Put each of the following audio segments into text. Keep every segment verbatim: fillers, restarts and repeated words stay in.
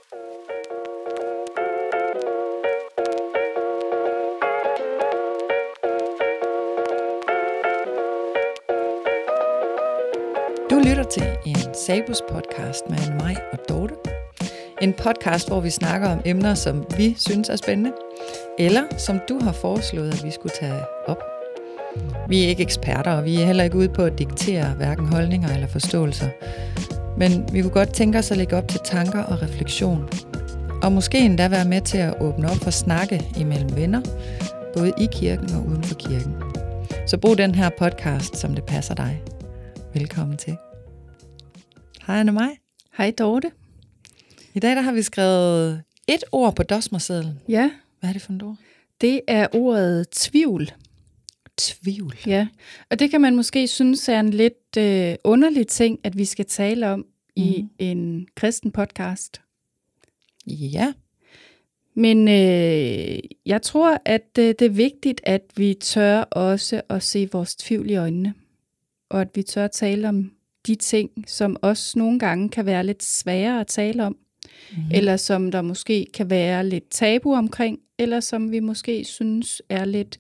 Du lytter til en Sabus podcast med mig og Dorte. En podcast, hvor vi snakker om emner, som vi synes er spændende, eller som du har foreslået, at vi skulle tage op. Vi er ikke eksperter, og vi er heller ikke ude på at diktere hverken holdninger eller forståelser. Men vi kunne godt tænke os at lægge op til tanker og refleksion. Og måske endda være med til at åbne op for snakke imellem venner, både i kirken og uden for kirken. Så brug den her podcast, som det passer dig. Velkommen til. Hej Anne-Maj. Hej Dorte. I dag der har vi skrevet et ord på dosmersedlen. Ja. Hvad er det for et ord? Det er ordet tvivl. Tvivl? Ja, og det kan man måske synes er en lidt øh, underlig ting, at vi skal tale om mm. i en kristen podcast. Ja. Men øh, jeg tror, at øh, det er vigtigt, at vi tør også at se vores tvivl i øjnene. Og at vi tør tale om de ting, som også nogle gange kan være lidt svære at tale om. Mm-hmm. Eller som der måske kan være lidt tabu omkring. Eller som vi måske synes er lidt,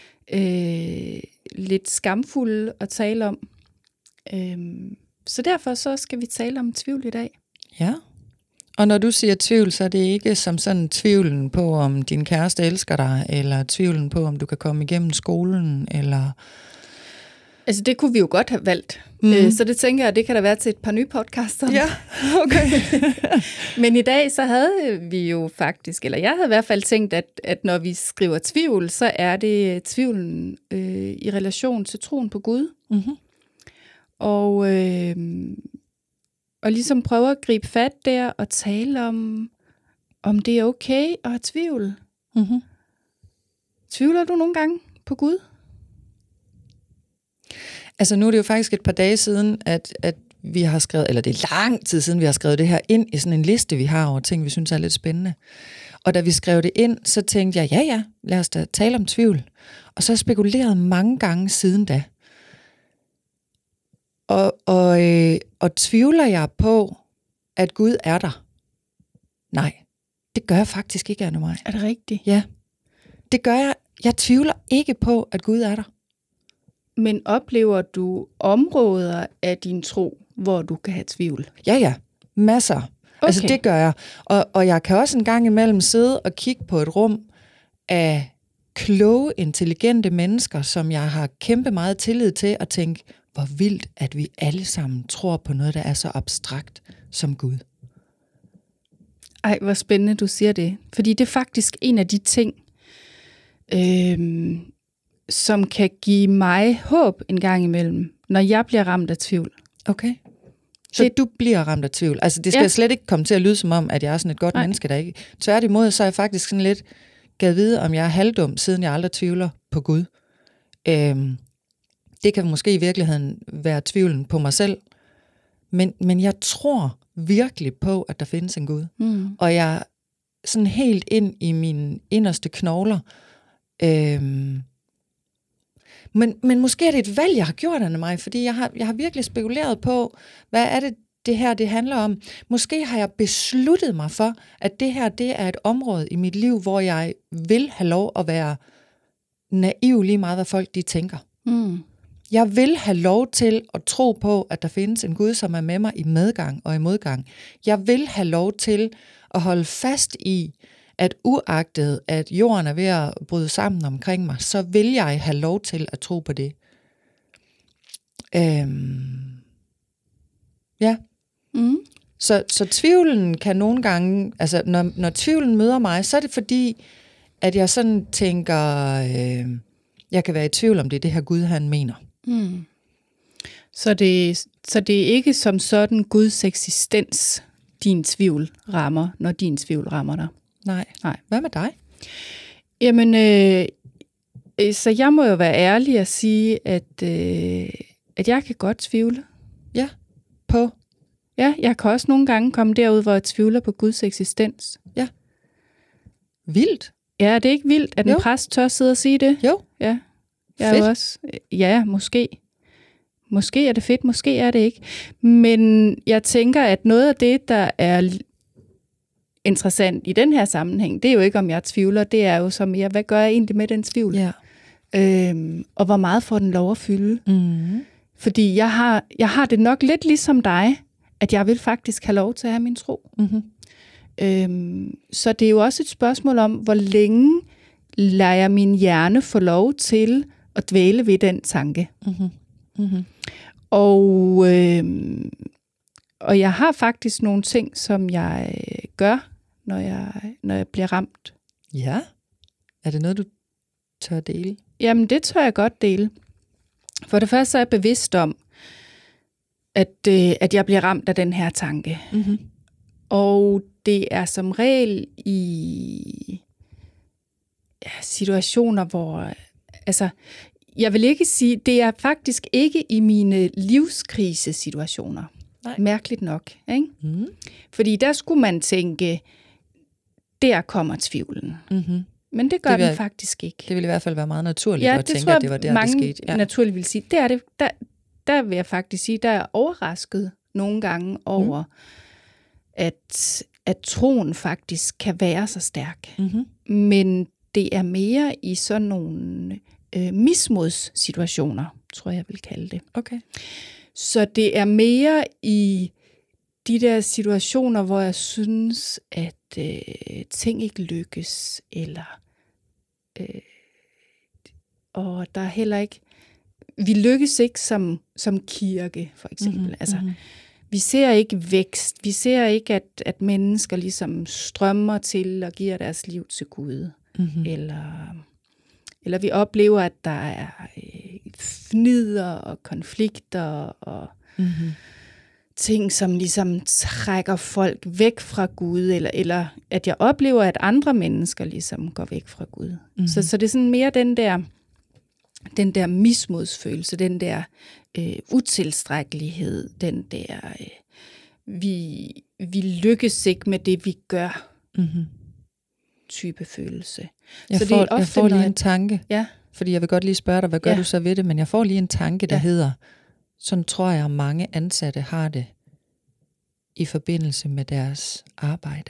øh, lidt skamfulde at tale om. Øhm, så derfor så skal vi tale om tvivl i dag. Ja. Og når du siger tvivl, så er det ikke som sådan tvivlen på, om din kæreste elsker dig, eller tvivlen på, om du kan komme igennem skolen, eller... Altså det kunne vi jo godt have valgt, mm. øh, så det tænker jeg, det kan der være til et par nye podcaster. Ja, okay. Men i dag så havde vi jo faktisk, eller jeg havde i hvert fald tænkt, at, at når vi skriver tvivl, så er det tvivlen øh, i relation til troen på Gud. Mm-hmm. Og, øh, og ligesom prøve at gribe fat der og tale om, om det er okay at have tvivl. Mm-hmm. Tvivler du nogle gange på Gud? Altså nu er det jo faktisk et par dage siden, at, at vi har skrevet, eller det er lang tid siden, vi har skrevet det her ind i sådan en liste, vi har over ting, vi synes er lidt spændende. Og da vi skrev det ind, så tænkte jeg, ja ja, lad os da tale om tvivl. Og så har jeg spekuleret mange gange siden da. Og, og, øh, og tvivler jeg på, at Gud er der? Nej, det gør jeg faktisk ikke, Anne-Maj. Er det rigtigt? Ja, det gør jeg. Jeg tvivler ikke på, at Gud er der. Men oplever du områder af din tro, hvor du kan have tvivl? Ja, ja. Masser. Okay. Altså det gør jeg. Og, og jeg kan også en gang imellem sidde og kigge på et rum af kloge, intelligente mennesker, som jeg har kæmpe meget tillid til, og tænke, hvor vildt, at vi alle sammen tror på noget, der er så abstrakt som Gud. Ej, hvor spændende, du siger det. Fordi det er faktisk en af de ting, øh, som kan give mig håb en gang imellem, når jeg bliver ramt af tvivl. Okay. Så det, du bliver ramt af tvivl. Altså det skal ja. slet ikke komme til at lyde som om, at jeg er sådan et godt Nej. menneske, der ikke... Tværtimod, så er jeg faktisk sådan lidt gad vide, om jeg er halvdum, siden jeg aldrig tvivler på Gud. Øhm, det kan måske i virkeligheden være tvivlen på mig selv. Men, men jeg tror virkelig på, at der findes en Gud. Mm. Og jeg sådan helt ind i mine inderste knogler... Øhm, Men, men måske er det et valg, jeg har gjort, Anne-Maj, fordi jeg har, jeg har virkelig spekuleret på, hvad er det, det her det handler om. Måske har jeg besluttet mig for, at det her det er et område i mit liv, hvor jeg vil have lov at være naiv lige meget, hvad folk de tænker. Mm. Jeg vil have lov til at tro på, at der findes en Gud, som er med mig i medgang og i modgang. Jeg vil have lov til at holde fast i, at uagtet, at jorden er ved at bryde sammen omkring mig, så vil jeg have lov til at tro på det. Øhm. Ja. Mm. Så, så tvivlen kan nogle gange, altså når, når tvivlen møder mig, så er det fordi, at jeg sådan tænker, øh, jeg kan være i tvivl om det, det her Gud, han mener. Mm. Så, det, så det er ikke som sådan Guds eksistens, din tvivl rammer, når din tvivl rammer dig? Nej. Nej. Hvad med dig? Jamen, øh, så jeg må jo være ærlig og sige, at, øh, at jeg kan godt tvivle. Ja, på? Ja, jeg kan også nogle gange komme derud, hvor jeg tvivler på Guds eksistens. Ja. Vildt. Ja, det er ikke vildt, at en jo. præst tør sidde og sige det. Jo. Ja. Jeg fedt. Er også, ja, måske. Måske er det fedt, måske er det ikke. Men jeg tænker, at noget af det, der er interessant i den her sammenhæng, det er jo ikke, om jeg tvivler, det er jo så mere, hvad gør jeg egentlig med den tvivl? Ja. Øhm, og hvor meget får den lov at fylde? Mm. Fordi jeg har, jeg har det nok lidt ligesom dig, at jeg vil faktisk have lov til at have min tro. Mm-hmm. Øhm, så det er jo også et spørgsmål om, hvor længe lader jeg min hjerne få lov til at dvæle ved den tanke. Mm-hmm. Mm-hmm. Og, øhm, og jeg har faktisk nogle ting, som jeg gør, når jeg, når jeg bliver ramt. Ja. Er det noget, du tør dele? Jamen, det tør jeg godt dele. For det første så er jeg bevidst om, at, øh, at jeg bliver ramt af den her tanke. Mm-hmm. Og det er som regel i ja, situationer, hvor... Altså, jeg vil ikke sige, det er faktisk ikke i mine livskrisesituationer. Nej. Mærkeligt nok, ikke? Mm. Fordi der skulle man tænke, der kommer tvivlen. Mm-hmm. Men det gør det vil, den faktisk ikke. Det vil i hvert fald være meget naturligt ja, at tænke, at det var der, mange det skete. Ja. naturligt vil sige. Det er det. Der, der vil jeg faktisk sige, der er overrasket nogle gange over, mm. at, at troen faktisk kan være så stærk. Mm-hmm. Men det er mere i sådan nogle øh, mismodssituationer, tror jeg, jeg vil kalde det. Okay. Så det er mere i de der situationer, hvor jeg synes, at øh, ting ikke lykkes, eller øh, og der er heller ikke, vi lykkes ikke som, som kirke, for eksempel. Mm-hmm. Altså, vi ser ikke vækst, vi ser ikke, at, at mennesker ligesom strømmer til og giver deres liv til Gud. Mm-hmm. Eller, eller vi oplever, at der er øh, fnider og konflikter og mm-hmm. ting, som ligesom trækker folk væk fra Gud, eller, eller at jeg oplever, at andre mennesker ligesom går væk fra Gud. Mm-hmm. Så, så det er sådan mere den der, den der mismodsfølelse, den der øh, utilstrækkelighed, den der, øh, vi, vi lykkes ikke med det, vi gør, mm-hmm. type følelse. Jeg, så får, det er ofte, jeg får lige jeg, en tanke, ja. fordi jeg vil godt lige spørge dig, hvad gør ja. du så ved det, men jeg får lige en tanke, der ja. hedder, sådan tror jeg, mange ansatte har det i forbindelse med deres arbejde.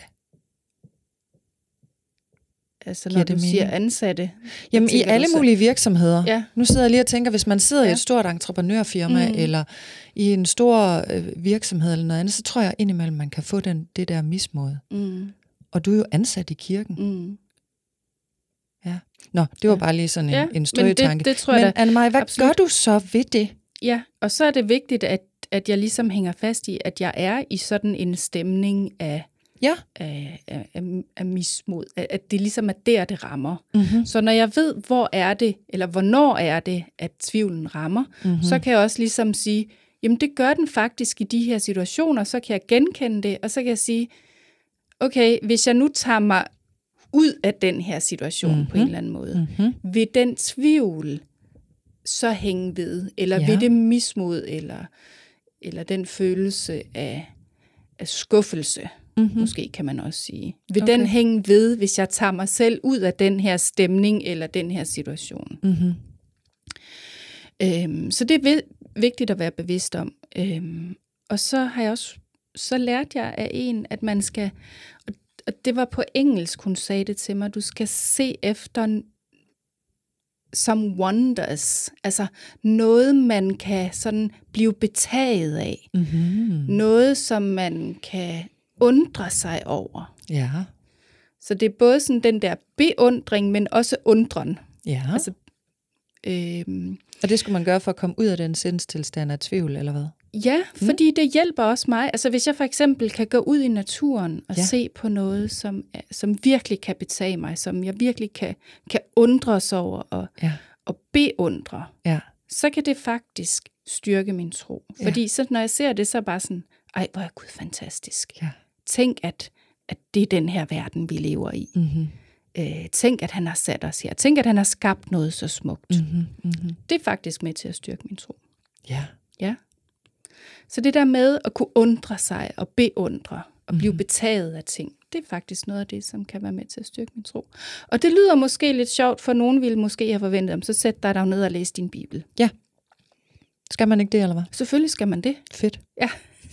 Altså når du siger ansatte? Jamen i alle mulige virksomheder. Ja. Nu sidder jeg lige og tænker, hvis man sidder ja. i et stort entreprenørfirma, mm. eller i en stor øh, virksomhed eller noget andet, så tror jeg indimellem, man kan få den, det der mismod. Mm. Og du er jo ansat i kirken. Mm. Ja. Nå, det var ja. bare lige sådan en, ja, en støjetanke. Men, det, det tror jeg men Anne-Marie, hvad absolut. gør du så ved det? Ja, og så er det vigtigt, at, at jeg ligesom hænger fast i, at jeg er i sådan en stemning af, ja. af, af, af mismod. At det ligesom er der, det rammer. Mm-hmm. Så når jeg ved, hvor er det, eller hvornår er det, at tvivlen rammer, mm-hmm. så kan jeg også ligesom sige, jamen det gør den faktisk i de her situationer, så kan jeg genkende det, og så kan jeg sige, okay, hvis jeg nu tager mig ud af den her situation mm-hmm. på en eller anden måde, mm-hmm. vil den tvivl så hænge ved, eller ja. ved det mismod, eller, eller den følelse af, af skuffelse, mm-hmm. måske kan man også sige. Vil okay. den hænge ved, hvis jeg tager mig selv ud af den her stemning, eller den her situation. Mm-hmm. Øhm, så det er vigtigt at være bevidst om. Øhm, og så har jeg også, så lærte jeg af en, at man skal, og det var på engelsk, hun sagde det til mig, du skal se efter some wonders, altså noget, man kan sådan blive betaget af. Mm-hmm. Noget, som man kan undre sig over. Ja. Så det er både sådan den der beundring, men også undren. Ja. Altså, øhm, og det skulle man gøre for at komme ud af den sindstilstand af tvivl, eller hvad? Ja, fordi mm. det hjælper også mig. Altså hvis jeg for eksempel kan gå ud i naturen og ja. se på noget, som, som virkelig kan betage mig, som jeg virkelig kan, kan undres over og, ja. og beundre, ja. så kan det faktisk styrke min tro. Ja. Fordi så, når jeg ser det, så er bare sådan, ej, hvor er Gud fantastisk. Ja. Tænk, at, at det er den her verden, vi lever i. Mm-hmm. Øh, tænk, at han har sat os her. Tænk, at han har skabt noget så smukt. Mm-hmm. Mm-hmm. Det er faktisk med til at styrke min tro. Ja. Ja. Så det der med at kunne undre sig og beundre og blive mm-hmm. betaget af ting, det er faktisk noget af det, som kan være med til at styrke min tro. Og det lyder måske lidt sjovt, for nogen ville måske have forventet dem, så sæt dig ned og læs din bibel. Ja. Skal man ikke det, eller hvad? Selvfølgelig skal man det. Fedt. Ja.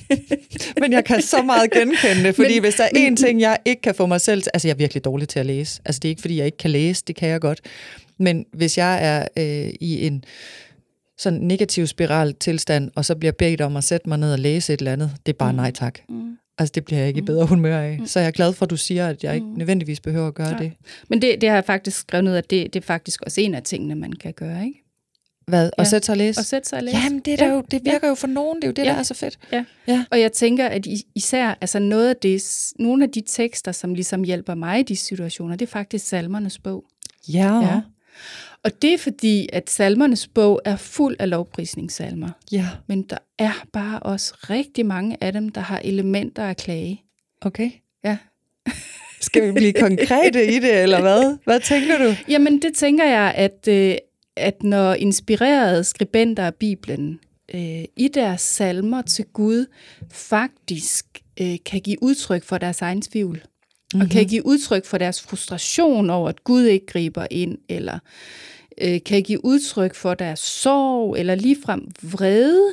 Men jeg kan så meget genkende det, fordi men, hvis der er men, én ting, jeg ikke kan få mig selv til... Altså, jeg er virkelig dårlig til at læse. Altså, det er ikke, fordi jeg ikke kan læse. Det kan jeg godt. Men hvis jeg er øh, i en sådan negativ spiral tilstand, og så bliver bedt om at sætte mig ned og læse et eller andet, det er bare mm. nej tak. Mm. Altså, det bliver jeg ikke i bedre humør af. Mm. Så jeg er glad for, at du siger, at jeg ikke nødvendigvis behøver at gøre ja. det. Men det, det har jeg faktisk skrevet ned, at det, det er faktisk også en af tingene, man kan gøre, ikke? Hvad? Og ja. sætte sig og læse? Og sætte sig og læse. Jamen, det, er ja. jo, det virker ja. jo for nogen. Det er jo det, ja. der er så fedt. Ja. ja. Og jeg tænker, at især altså noget af det, nogle af de tekster, som ligesom hjælper mig i de situationer, det er faktisk Salmernes bog. Ja. ja. Og det er fordi, at Salmernes bog er fuld af lovprisningssalmer. Ja. Men der er bare også rigtig mange af dem, der har elementer af klage. Okay. Ja. Skal vi blive konkrete i det, eller hvad? Hvad tænker du? Jamen, det tænker jeg, at, øh, at når inspirerede skribenter af Bibelen øh, i deres salmer til Gud faktisk øh, kan give udtryk for deres egen tvivl, mm-hmm. og kan give udtryk for deres frustration over, at Gud ikke griber ind, eller øh, kan give udtryk for deres sorg, eller ligefrem vrede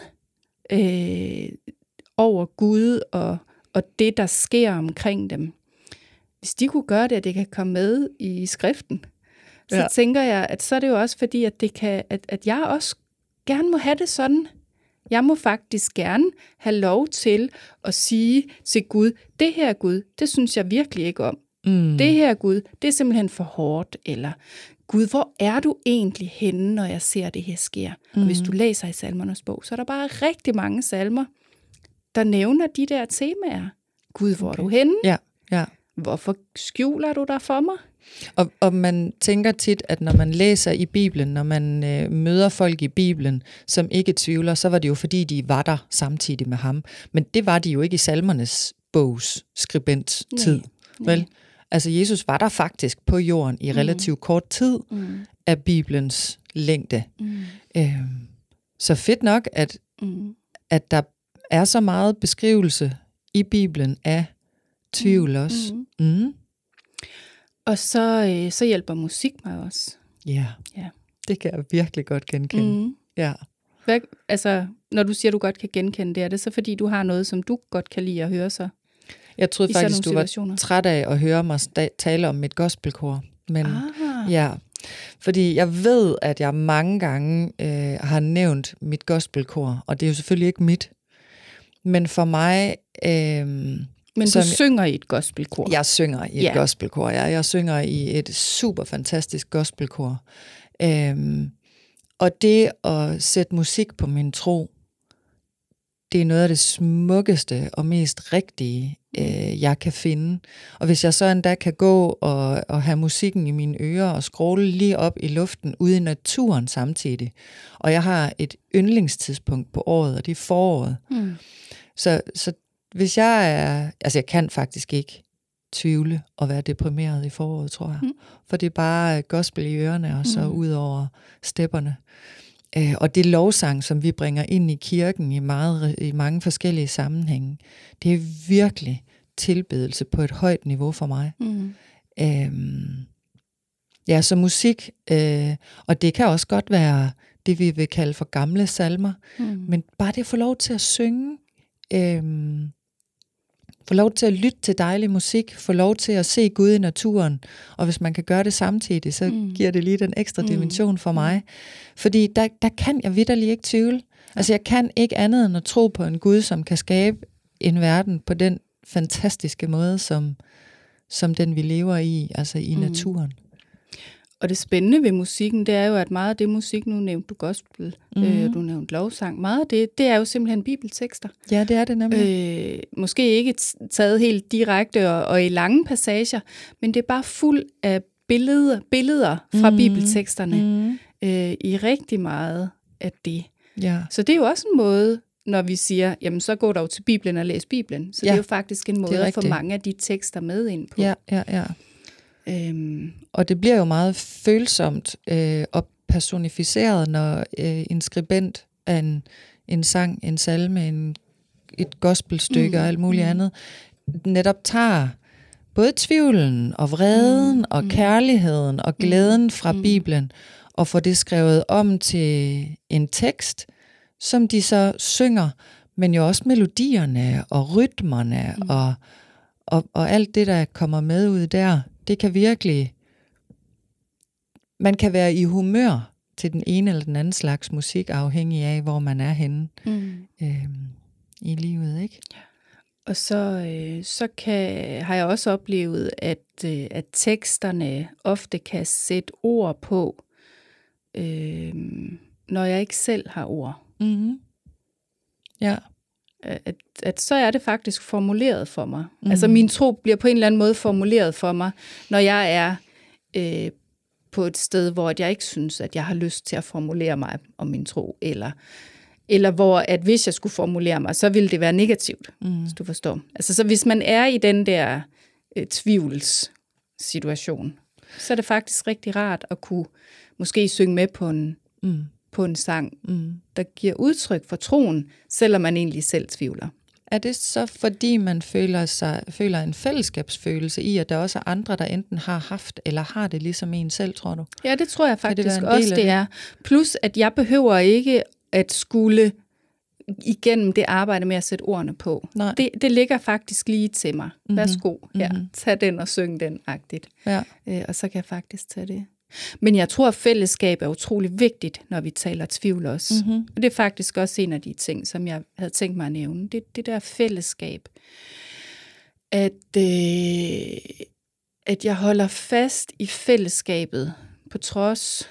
øh, over Gud og, og det, der sker omkring dem. Hvis de kunne gøre det, at det kan komme med i skriften, så ja. tænker jeg, at så er det jo også fordi, at, det kan, at, at jeg også gerne må have det sådan. Jeg må faktisk gerne have lov til at sige til Gud, det her Gud, det synes jeg virkelig ikke om. Mm. Det her Gud, det er simpelthen for hårdt. Eller Gud, hvor er du egentlig henne, når jeg ser det her sker? Mm. Og hvis du læser i Salmernes bog, så er der bare rigtig mange salmer, der nævner de der temaer. Gud, hvor okay. er du henne? Ja, ja. Hvorfor skjuler du dig for mig? Og, og man tænker tit, at når man læser i Bibelen, når man øh, møder folk i Bibelen, som ikke tvivler, så var det jo fordi, de var der samtidig med ham. Men det var de jo ikke i Salmernes bogs skribenttid. Nej, nej. Vel? Altså Jesus var der faktisk på jorden i relativt mm. kort tid mm. af Bibelens længde. Mm. Øh, så fedt nok, at, mm. at der er så meget beskrivelse i Bibelen af tvivl mm. også. Mm. Mm. Og så, øh, så hjælper musik mig også. Ja, ja. Det kan jeg virkelig godt genkende. Mm. Ja. Hvad, altså, når du siger, at du godt kan genkende det, er det så fordi, du har noget, som du godt kan lide at høre så? Jeg troede faktisk, du var træt af at høre mig tale om mit gospelkor. Men ah. ja, fordi jeg ved, at jeg mange gange øh, har nævnt mit gospelkor, og det er jo selvfølgelig ikke mit. Men for mig... Øh, Men du synger i et gospelkor? Jeg synger i et yeah. gospelkor, ja. Jeg synger i et super fantastisk gospelkor. Øhm, og det at sætte musik på min tro, det er noget af det smukkeste og mest rigtige, øh, jeg kan finde. Og hvis jeg så endda kan gå og, og have musikken i mine ører og scrolle lige op i luften ude i naturen samtidig, og jeg har et yndlingstidspunkt på året, og det er foråret. Mm. Så, så hvis jeg er, altså jeg kan faktisk ikke tvivle og være deprimeret i foråret, tror jeg. Mm. For det er bare gospel i ørerne, og så mm. ud over stepperne. Øh, og det lovsang, som vi bringer ind i kirken i, meget, i mange forskellige sammenhænge, det er virkelig tilbedelse på et højt niveau for mig. Mm. Øhm, ja, så musik, øh, og det kan også godt være det, vi vil kalde for gamle salmer, mm. men bare det at få lov til at synge, Øhm, få lov til at lytte til dejlig musik, få lov til at se Gud i naturen, og hvis man kan gøre det samtidig, så mm. giver det lige den ekstra dimension for mig. Fordi der, der kan jeg vitterlig ikke tvivle. Altså jeg kan ikke andet end at tro på en Gud, som kan skabe en verden på den fantastiske måde, som, som den vi lever i, altså i mm. naturen. Og det spændende ved musikken, det er jo, at meget af det musik, nu nævnte du gospel, mm. øh, du nævnte lovsang, meget af det, det er jo simpelthen bibeltekster. Ja, det er det nemlig. Øh, måske ikke taget helt direkte og, og i lange passager, men det er bare fuld af billeder, billeder fra mm. bibelteksterne mm. Øh, i rigtig meget af det. Ja. Så det er jo også en måde, når vi siger, jamen så går der jo til Bibelen og læs Bibelen. Så ja. Det er jo faktisk en måde at få mange af de tekster med ind på. Ja, ja, ja. Øhm, og det bliver jo meget følsomt øh, og personificeret, når øh, en skribent af en, en sang, en salme, en, et gospelstykke mm, og alt muligt mm. andet, netop tager både tvivlen og vreden mm, og kærligheden og glæden fra mm, Bibelen, og får det skrevet om til en tekst, som de så synger men jo også melodierne og rytmerne mm. og, og, og alt det, der kommer med ud der, det kan virkelig, man kan være i humør til den ene eller den anden slags musik, afhængig af, hvor man er henne mm. øhm, i livet, ikke? Og så, øh, så kan, har jeg også oplevet, at, øh, at teksterne ofte kan sætte ord på, øh, når jeg ikke selv har ord. Mm-hmm. Ja. At, at så er det faktisk formuleret for mig. Mm-hmm. Altså min tro bliver på en eller anden måde formuleret for mig, når jeg er øh, på et sted, hvor jeg ikke synes, at jeg har lyst til at formulere mig om min tro, eller eller hvor at hvis jeg skulle formulere mig, så ville det være negativt, mm. hvis du forstår. Altså så hvis man er i den der øh, tvivlssituation, så er det faktisk rigtig rart at kunne måske synge med på en, mm. på en sang, mm. der giver udtryk for troen, selvom man egentlig selv tvivler. Er det så fordi man føler, sig, føler en fællesskabsfølelse i, at der også er andre, der enten har haft eller har det ligesom en selv, tror du? Ja, det tror jeg faktisk det også, det, det er. Plus at jeg behøver ikke at skulle igennem det arbejde med at sætte ordene på. Det, det ligger faktisk lige til mig. Mm-hmm. Værsgo, ja, mm-hmm. tag den og syng den-agtigt. Ja. Øh, og så kan jeg faktisk tage det. Men jeg tror, at fællesskab er utrolig vigtigt, når vi taler tvivl også. Mm-hmm. Og det er faktisk også en af de ting, som jeg havde tænkt mig at nævne. Det, det der fællesskab. At, øh, at jeg holder fast i fællesskabet på trods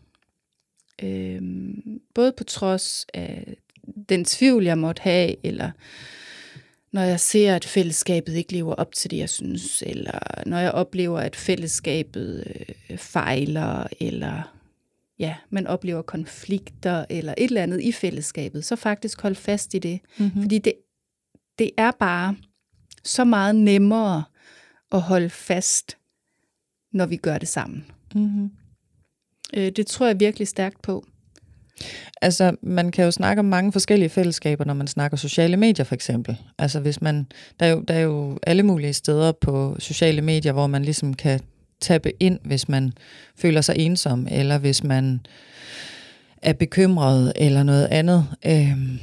Øhm, både på trods af den tvivl, jeg måtte have, eller når jeg ser, at fællesskabet ikke lever op til det, jeg synes, eller når jeg oplever, at fællesskabet øh, fejler, eller ja, man oplever konflikter, eller et eller andet i fællesskabet, så faktisk hold fast i det. Mm-hmm. Fordi det, det er bare så meget nemmere at holde fast, når vi gør det sammen. Mm-hmm. Det tror jeg virkelig stærkt på. Altså, man kan jo snakke om mange forskellige fællesskaber, når man snakker sociale medier for eksempel. Altså, hvis man, der er jo, der er jo alle mulige steder på sociale medier, hvor man ligesom kan tappe ind, hvis man føler sig ensom, eller hvis man er bekymret, eller noget andet. Øhm.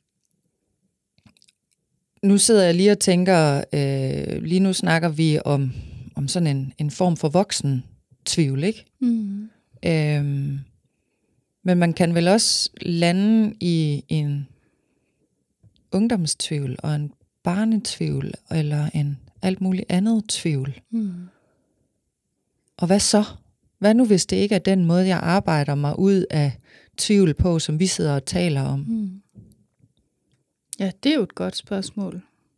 Nu sidder jeg lige og tænker, øh, lige nu snakker vi om, om sådan en, en form for voksen tvivl, ikke? Mm. Øhm, men man kan vel også lande i en ungdomstvivl og en barnetvivl eller en alt muligt andet tvivl. Mm. Og hvad så? Hvad nu hvis det ikke er den måde, jeg arbejder mig ud af tvivl på, som vi sidder og taler om? Mm. Ja, det er jo et godt spørgsmål.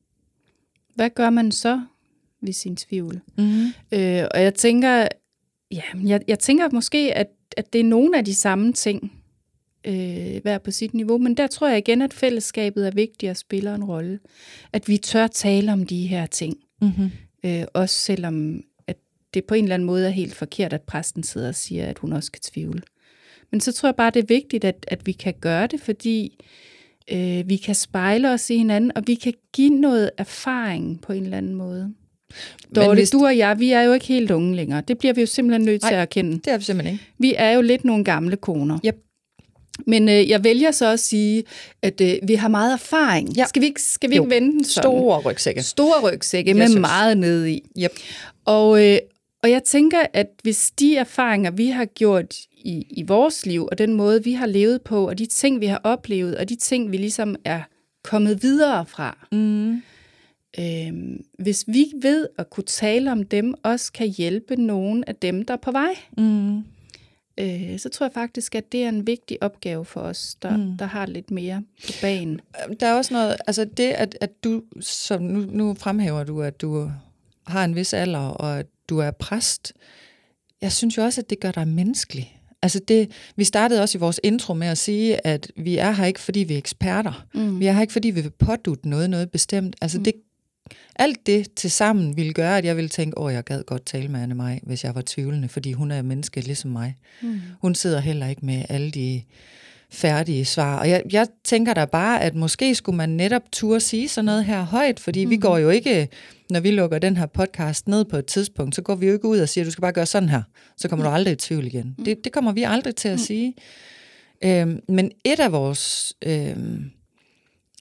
Hvad gør man så ved sin tvivl? Mm. Øh, og jeg tænker... Ja, jeg, jeg tænker måske, at, at det er nogle af de samme ting, øh, hver på sit niveau, men der tror jeg igen, at fællesskabet er vigtigt og spiller en rolle. At vi tør tale om de her ting, mm-hmm. øh, også selvom at det på en eller anden måde er helt forkert, at præsten sidder og siger, at hun også kan tvivle. Men så tror jeg bare, det er vigtigt, at, at vi kan gøre det, fordi øh, vi kan spejle os i hinanden, og vi kan give noget erfaring på en eller anden måde. Dorte, hvis... du og jeg, vi er jo ikke helt unge længere. Det bliver vi jo simpelthen nødt Nej, til at erkende. Det er vi simpelthen ikke. Vi er jo lidt nogle gamle koner. Yep. Men øh, jeg vælger så at sige, at øh, vi har meget erfaring. Ja. Skal vi ikke, skal vi ikke vende den sådan? Store rygsække. Store rygsække med synes. Meget nede i. Yep. Og, øh, og jeg tænker, at hvis de erfaringer, vi har gjort i, i vores liv, og den måde, vi har levet på, og de ting, vi har oplevet, og de ting, vi ligesom er kommet videre fra, mm. Øhm, hvis vi ved at kunne tale om dem, også kan hjælpe nogen af dem, der er på vej, mm. øh, så tror jeg faktisk, at det er en vigtig opgave for os, der, mm. der har lidt mere på banen. Der er også noget, altså det, at, at du, som nu, nu fremhæver du, at du har en vis alder, og at du er præst. Jeg synes jo også, at det gør dig menneskelig. Altså det, vi startede også i vores intro med at sige, at vi er her ikke, fordi vi er eksperter. Mm. Vi er her ikke, fordi vi vil pådutte noget, noget bestemt. Altså mm. det alt det til sammen ville gøre, at jeg ville tænke, åh, jeg gad godt tale med Anne-Maj, hvis jeg var tvivlende, fordi hun er menneske ligesom mig. Mm. Hun sidder heller ikke med alle de færdige svar. Og jeg, jeg tænker da bare, at måske skulle man netop turde sige sådan noget her højt, fordi mm. vi går jo ikke, når vi lukker den her podcast ned på et tidspunkt, så går vi jo ikke ud og siger, du skal bare gøre sådan her, så kommer mm. du aldrig i tvivl igen. Mm. Det, det kommer vi aldrig til at mm. sige. Øhm, men et af vores... Øhm,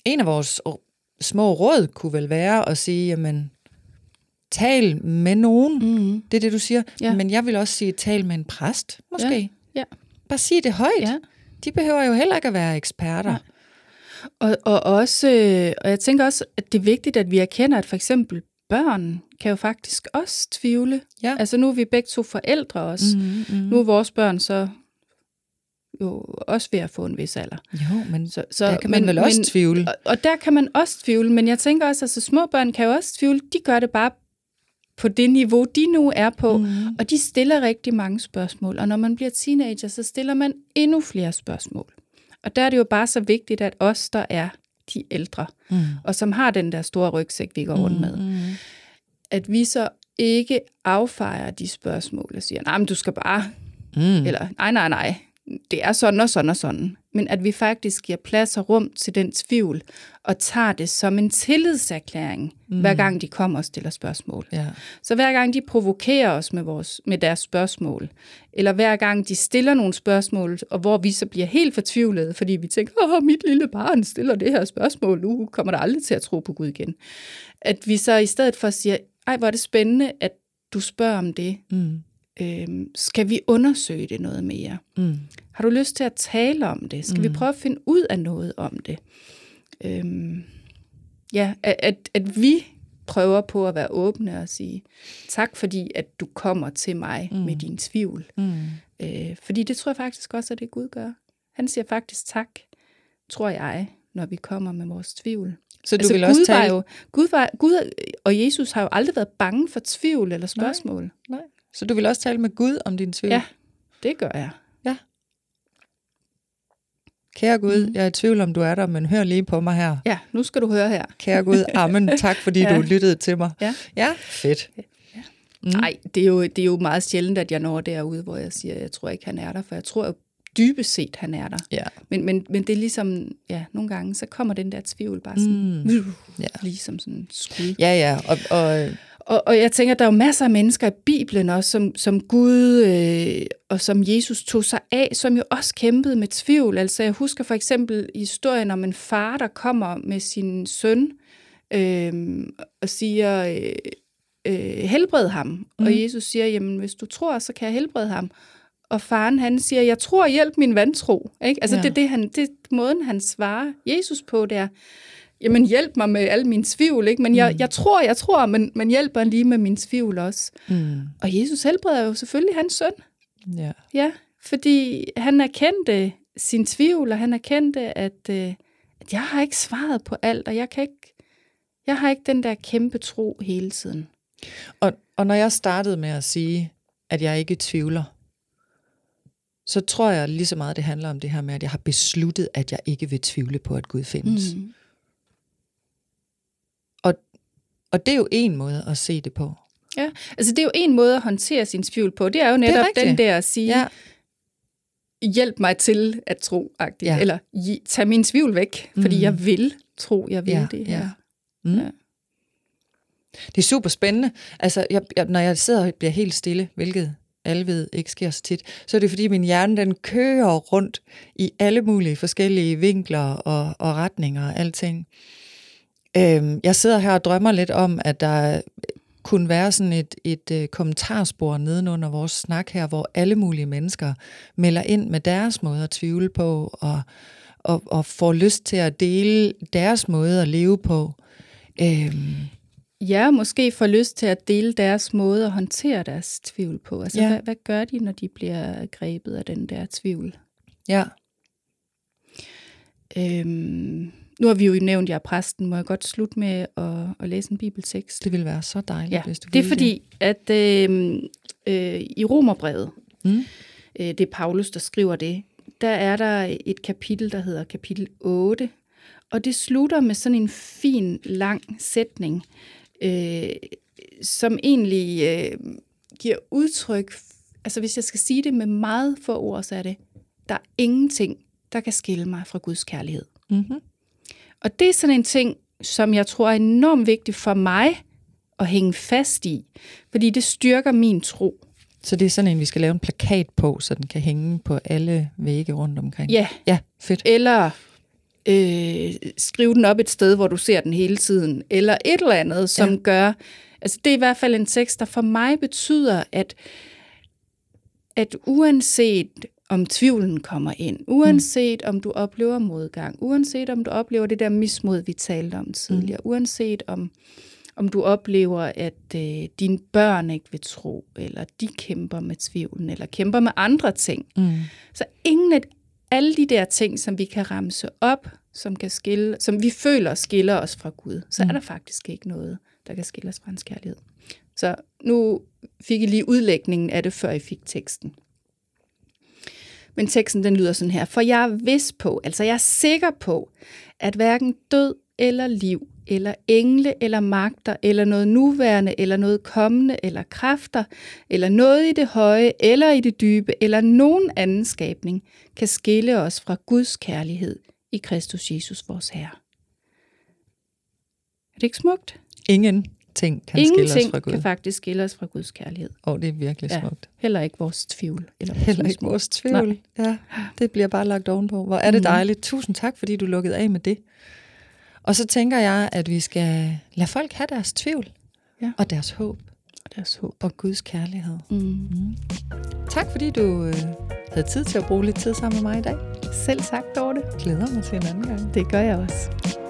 en af vores små råd kunne vel være at sige, jamen, tal med nogen. Mm. Det er det, du siger. Ja. Men jeg vil også sige, tal med en præst, måske. Ja. Ja. Bare sig det højt. Ja. De behøver jo heller ikke at være eksperter. Ja. Og, og, også, øh, og jeg tænker også, at det er vigtigt, at vi erkender, at for eksempel børn kan jo faktisk også tvivle. Ja. Altså nu er vi begge to forældre også. Mm, mm. Nu er vores børn så jo også ved at få en vis alder. Jo, men så, så, der kan man men, vel også men, tvivle. Og, og der kan man også tvivle, men jeg tænker også, at altså, små børn kan jo også tvivle. De gør det bare på det niveau, de nu er på, mm. og de stiller rigtig mange spørgsmål. Og når man bliver teenager, så stiller man endnu flere spørgsmål. Og der er det jo bare så vigtigt, at os, der er de ældre, mm. og som har den der store rygsæk, vi går rundt med, mm. at vi så ikke affejer de spørgsmål og siger, nej, men du skal bare, mm. eller nej, nej, nej, det er sådan og sådan og sådan. Men at vi faktisk giver plads og rum til den tvivl, og tager det som en tillidserklæring, mm. hver gang de kommer og stiller spørgsmål. Ja. Så hver gang de provokerer os med, vores, med deres spørgsmål, eller hver gang de stiller nogle spørgsmål, og hvor vi så bliver helt fortvivlede, fordi vi tænker, åh, mit lille barn stiller det her spørgsmål, nu kommer der aldrig til at tro på Gud igen. At vi så i stedet for siger, ej, hvor er det spændende, at du spørger om det. Mm. Øhm, skal vi undersøge det noget mere? Mm. Har du lyst til at tale om det? Skal mm. vi prøve at finde ud af noget om det? Øhm, ja, at, at vi prøver på at være åbne og sige, tak fordi, at du kommer til mig mm. med din tvivl. Mm. Øh, fordi det tror jeg faktisk også, at det Gud gør. Han siger faktisk tak, tror jeg, når vi kommer med vores tvivl. Så du altså, vil Gud også tale... Var jo, Gud, var, Gud og Jesus har jo aldrig været bange for tvivl eller spørgsmål. Nej, nej. Så du vil også tale med Gud om din tvivl? Ja, det gør jeg. Ja. Kære Gud, mm. jeg er i tvivl om du er der, men hør lige på mig her. Ja, nu skal du høre her. Kære Gud, amen, tak fordi ja. du lyttede til mig. Ja, ja fedt. Ja. Mm. Nej, det er, jo, det er jo meget sjældent, at jeg når derude, hvor jeg siger, jeg tror ikke, han er der, for jeg tror jo dybest set, han er der. Ja. Men, men, men det er ligesom, ja, nogle gange, så kommer den der tvivl bare sådan, mm. uh, ja. ligesom sådan en skud. Ja, ja, og... og Og, og jeg tænker, der er jo masser af mennesker i Bibelen også, som, som Gud øh, og som Jesus tog sig af, som jo også kæmpede med tvivl. Altså jeg husker for eksempel historien om en far, der kommer med sin søn øh, og siger, øh, øh, helbred ham. Mm. Og Jesus siger, jamen hvis du tror, så kan jeg helbrede ham. Og faren han siger, jeg tror, hjælp min vantro. Ikke? Altså ja. det, det, han, det er måden, han svarer Jesus på, der. Jamen hjælp mig med al min tvivl, ikke? Men mm. jeg, jeg tror, jeg tror, men, men hjælper lige med min tvivl også. Mm. Og Jesus helbreder jo selvfølgelig hans søn. Ja. Ja, fordi han erkendte sin tvivl, og han erkendte, at, øh, at jeg har ikke svaret på alt, og jeg kan ikke, jeg har ikke den der kæmpe tro hele tiden. Og, og når jeg startede med at sige, at jeg ikke tvivler, så tror jeg lige så meget, det handler om det her med, at jeg har besluttet, at jeg ikke vil tvivle på, at Gud findes. Mm. Og, og det er jo en måde at se det på. Ja, altså det er jo en måde at håndtere sin tvivl på. Det er jo netop er den der at sige, ja. hjælp mig til at tro, ja. eller tag min tvivl væk, fordi mm. jeg vil tro, jeg vil ja. det her. Ja. Mm. Ja. Det er super spændende. Altså, jeg, jeg, når jeg sidder og bliver helt stille, hvilket alle ved ikke sker så tit, så er det fordi min hjerne den kører rundt i alle mulige forskellige vinkler og, og retninger og alting. Øhm, jeg sidder her og drømmer lidt om, at der kunne være sådan et, et, et kommentarspor nedenunder vores snak her, hvor alle mulige mennesker melder ind med deres måde at tvivle på, og, og, og får lyst til at dele deres måde at leve på. Øhm. Ja, måske får lyst til at dele deres måde at håndtere deres tvivl på. Altså, ja. hvad, hvad gør de, når de bliver grebet af den der tvivl? Ja. Øhm, nu har vi jo nævnt, jeg er præsten. Må jeg godt slutte med at, at læse en bibeltekst? Det ville være så dejligt, ja, hvis du det er ville fordi, det. at øh, øh, i Romerbrevet, mm. øh, det er Paulus, der skriver det, der er der et kapitel, der hedder kapitel otte, og det slutter med sådan en fin, lang sætning, øh, som egentlig øh, giver udtryk, altså hvis jeg skal sige det med meget få ord, så er det, der er ingenting, der kan skille mig fra Guds kærlighed. Mm-hmm. Og det er sådan en ting, som jeg tror er enormt vigtigt for mig at hænge fast i, fordi det styrker min tro. Så det er sådan en, vi skal lave en plakat på, så den kan hænge på alle vægge rundt omkring? Ja. Ja, fedt. Eller øh, skrive den op et sted, hvor du ser den hele tiden, eller et eller andet, som ja. gør... Altså, det er i hvert fald en tekst, der for mig betyder, at, at uanset om tvivlen kommer ind, uanset mm. om du oplever modgang, uanset om du oplever det der mismod, vi talte om tidligere, mm. uanset om, om du oplever, at øh, dine børn ikke vil tro, eller de kæmper med tvivlen, eller kæmper med andre ting. Mm. Så ingen af alle de der ting, som vi kan ramse op, som, kan skille, som vi føler skiller os fra Gud, så mm. er der faktisk ikke noget, der kan skille os fra hans kærlighed. Så nu fik I lige udlægningen af det, før I fik teksten. Men teksten den lyder sådan her. For jeg er vis på, altså jeg er sikker på, at hverken død eller liv, eller engle eller magter, eller noget nuværende, eller noget kommende, eller kræfter, eller noget i det høje, eller i det dybe, eller nogen anden skabning, kan skille os fra Guds kærlighed i Kristus Jesus, vores Herre. Er det ikke smukt? Ingenting kan Ingenting skille os fra Gud. kan faktisk skille os fra Guds kærlighed. Og det er virkelig smukt. Ja, heller ikke vores tvivl. Eller vores heller ikke små. vores tvivl. Ja, det bliver bare lagt ovenpå. Hvor er det dejligt. Tusind tak, fordi du lukkede af med det. Og så tænker jeg, at vi skal lade folk have deres tvivl. Ja. Og deres håb. Og deres håb. Og Guds kærlighed. Mm. Mm. Tak, fordi du øh, havde tid til at bruge lidt tid sammen med mig i dag. Selv tak, Dorte. Glæder mig til en anden gang. Det gør jeg også.